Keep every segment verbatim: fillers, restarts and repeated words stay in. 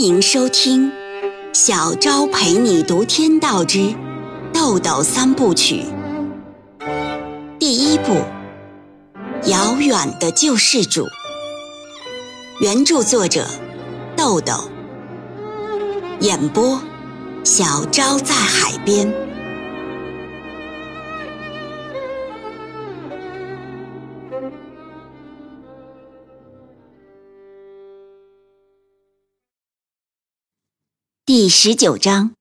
迎收听小昭陪你读天道之豆豆三部曲。第一部，遥远的救世主。原著作者豆豆，演播小昭在海边。第十九章。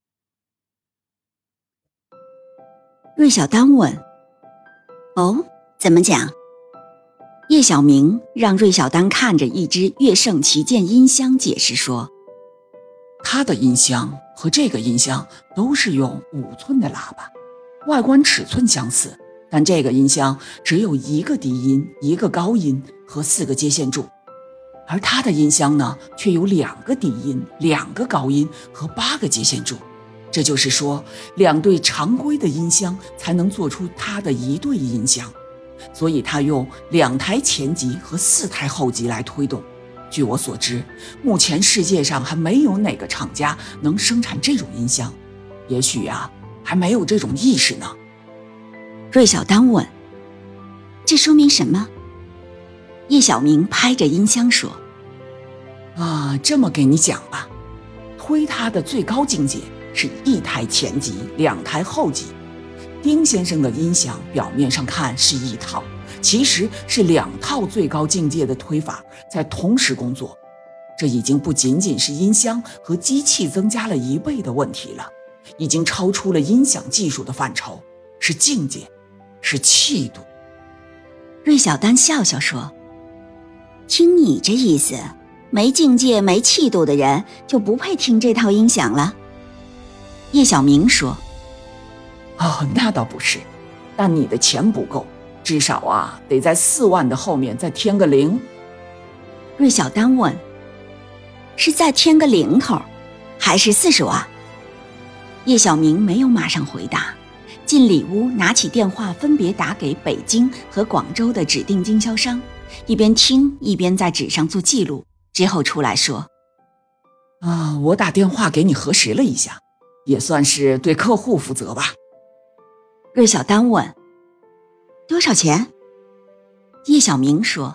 芮小丹问：哦，怎么讲？叶小明让芮小丹看着一只乐圣旗舰音箱，解释说： 他的音箱和这个音箱都是用五寸的喇叭，外观尺寸相似，但这个音箱只有一个低音、一个高音和四个接线柱，而他的音箱呢，却有两个低音、两个高音和八个接线柱。这就是说，两对常规的音箱才能做出他的一对音箱，所以他用两台前级和四台后级来推动。据我所知，目前世界上还没有哪个厂家能生产这种音箱，也许啊，还没有这种意识呢。 芮小丹问：这说明什么？叶小明拍着音箱说： 啊，这么给你讲吧，推它的最高境界是一台前级，两台后级。丁先生的音响表面上看是一套，其实是两套最高境界的推法在同时工作。这已经不仅仅是音箱和机器增加了一倍的问题了，已经超出了音响技术的范畴，是境界，是气度。 芮小丹笑笑说：听你这意思，没境界没气度的人就不配听这套音响了。叶小明说： 哦，那倒不是，但你的钱不够，至少啊得在四万的后面再添个零。 芮小丹问：是再添个零头还是四十万？叶小明没有马上回答，进里屋拿起电话分别打给北京和广州的指定经销商，一边听一边在纸上做记录，之后出来说： 啊，我打电话给你核实了一下，也算是对客户负责吧。 芮小丹问：多少钱？叶小明说：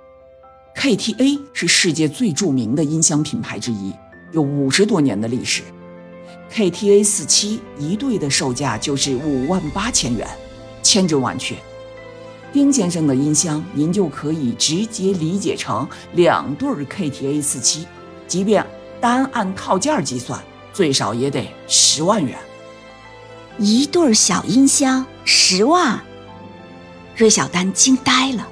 K T A 是世界最著名的音箱品牌之一，有五十多年的历史。K T A 四七一对的售价就是五万八千元，千真万确。丁先生的音箱您就可以直接理解成两对 K T A 四七，即便单按套件计算，最少也得十万元。 一对小音箱十万？芮小丹惊呆了。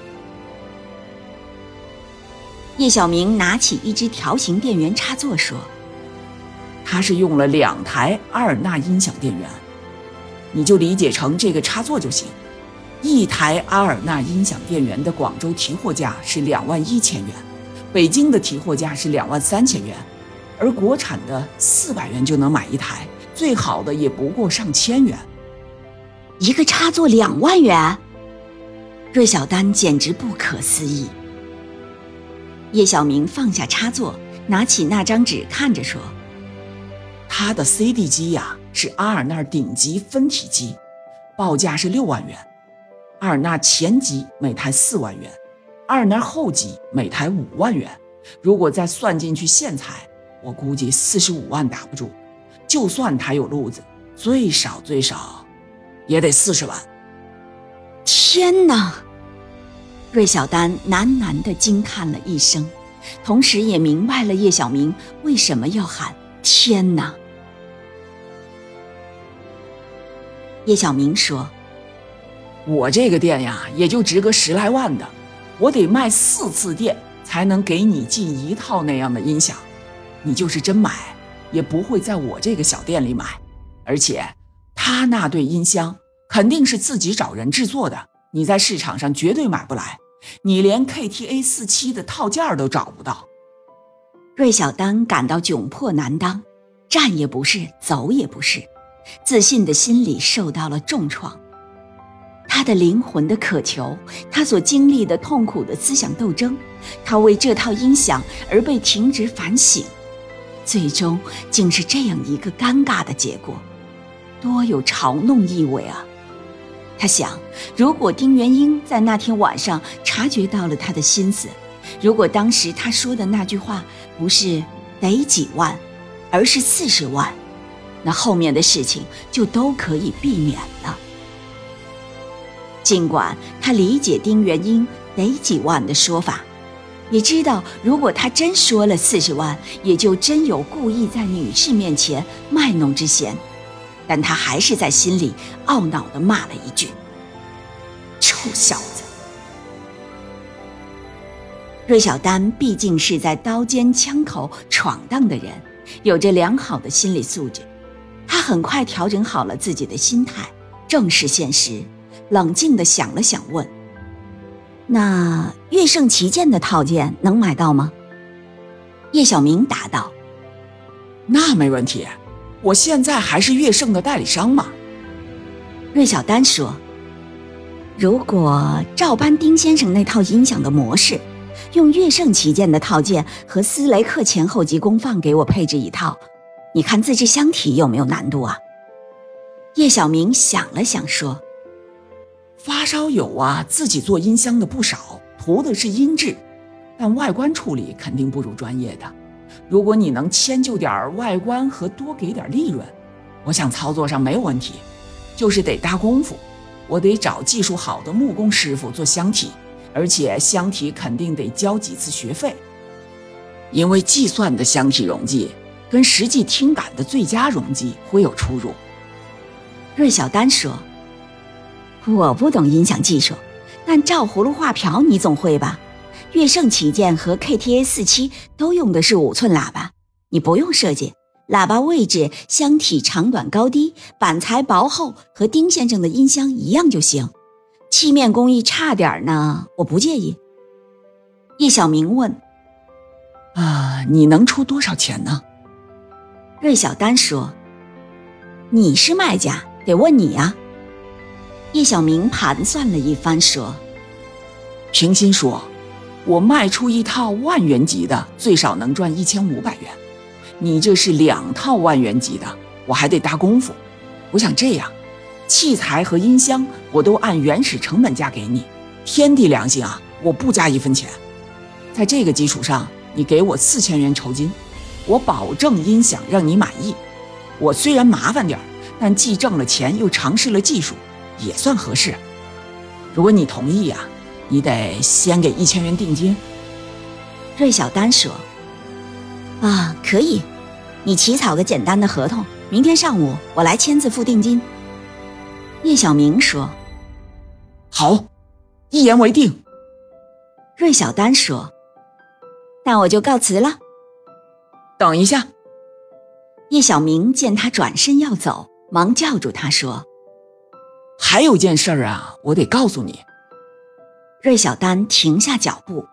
叶小明拿起一只条形电源插座说： 他是用了两台阿尔纳音响电源，你就理解成这个插座就行。一台阿尔纳音响电源的广州提货价是两万一千元，北京的提货价是两万三千元，而国产的四百元就能买一台，最好的也不过上千元。 一个插座两万元？芮小丹简直不可思议。叶小明放下插座，拿起那张纸看着说： 他的 C D 机呀、啊、是阿尔纳顶级分体机，报价是六万元。阿尔纳前级每台四万元，阿尔纳后级每台五万元。如果再算进去线材，我估计四十五万打不住。就算他有路子，最少最少也得四十万。 天哪！芮小丹喃喃地惊叹了一声，同时也明白了叶小明为什么要喊天哪。叶小明说： 我这个店呀，也就值个十来万的，我得卖四次店才能给你进一套那样的音响。你就是真买，也不会在我这个小店里买。而且他那对音箱肯定是自己找人制作的，你在市场上绝对买不来，你连 K T A 四七 的套件都找不到。 芮小丹感到窘迫难当，站也不是，走也不是，自信的心里受到了重创。他的灵魂的渴求，他所经历的痛苦的思想斗争，他为这套音响而被停职反省， 最终竟是这样一个尴尬的结果，多有嘲弄意味啊！他想，如果丁元英在那天晚上察觉到了他的心思，如果当时他说的那句话不是得几万，而是四十万，那后面的事情就都可以避免了。尽管他理解丁元英得几万的说法，也知道如果他真说了四十万，也就真有故意在女士面前卖弄之嫌，但他还是在心里懊恼地骂了一句：臭小子。芮小丹毕竟是在刀尖枪口闯荡的人，有着良好的心理素质，他很快调整好了自己的心态，正视现实，冷静地想了想问：那乐圣旗舰的套件能买到吗？叶晓明答道： 那没问题，我现在还是乐圣的代理商嘛。 芮小丹说：如果照搬丁先生那套音响的模式，用乐圣旗舰的套件和斯雷克前后级功放给我配置一套，你看自制箱体有没有难度啊？叶晓明想了想说： 发烧友啊，自己做音箱的不少，图的是音质，但外观处理肯定不如专业的。如果你能迁就点外观和多给点利润，我想操作上没有问题，就是得搭功夫。我得找技术好的木工师傅做箱体，而且箱体肯定得交几次学费，因为计算的箱体容积跟实际听感的最佳容积会有出入。 芮小丹说：我不懂音响技术，但照葫芦画瓢你总会吧？乐圣旗舰和 K T A 四七 都用的是五寸喇叭，你不用设计，喇叭位置、箱体长短高低、板材薄厚和丁先生的音箱一样就行。漆面工艺差点呢，我不介意。叶晓明问： 啊，你能出多少钱呢？ 芮小丹说：你是卖家，得问你啊。叶晓明盘算了一番说： 平心说，我卖出一套万元级的最少能赚一千五百元，你这是两套万元级的，我还得搭功夫。我想这样，器材和音箱我都按原始成本价给你，天地良心啊，我不加一分钱。在这个基础上，你给我四千元酬金，我保证音响让你满意。我虽然麻烦点，但既挣了钱又尝试了技术，也算合适。如果你同意啊，你得先给一千元定金。 芮小丹说：啊，可以，你起草个简单的合同，明天上午我来签字付定金。叶晓明说： 好，一言为定。 芮小丹说：那我就告辞了。 等一下。 叶晓明见他转身要走，忙叫住他说： 还有件事儿啊，我得告诉你。 芮小丹停下脚步。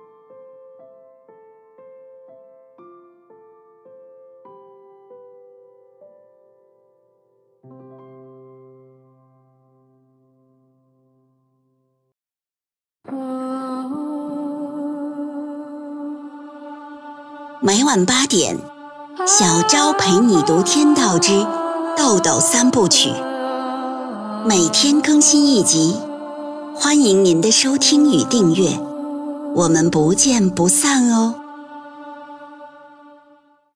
每晚八点，小昭陪你读天道之豆豆三部曲，每天更新一集，欢迎您的收听与订阅，我们不见不散哦。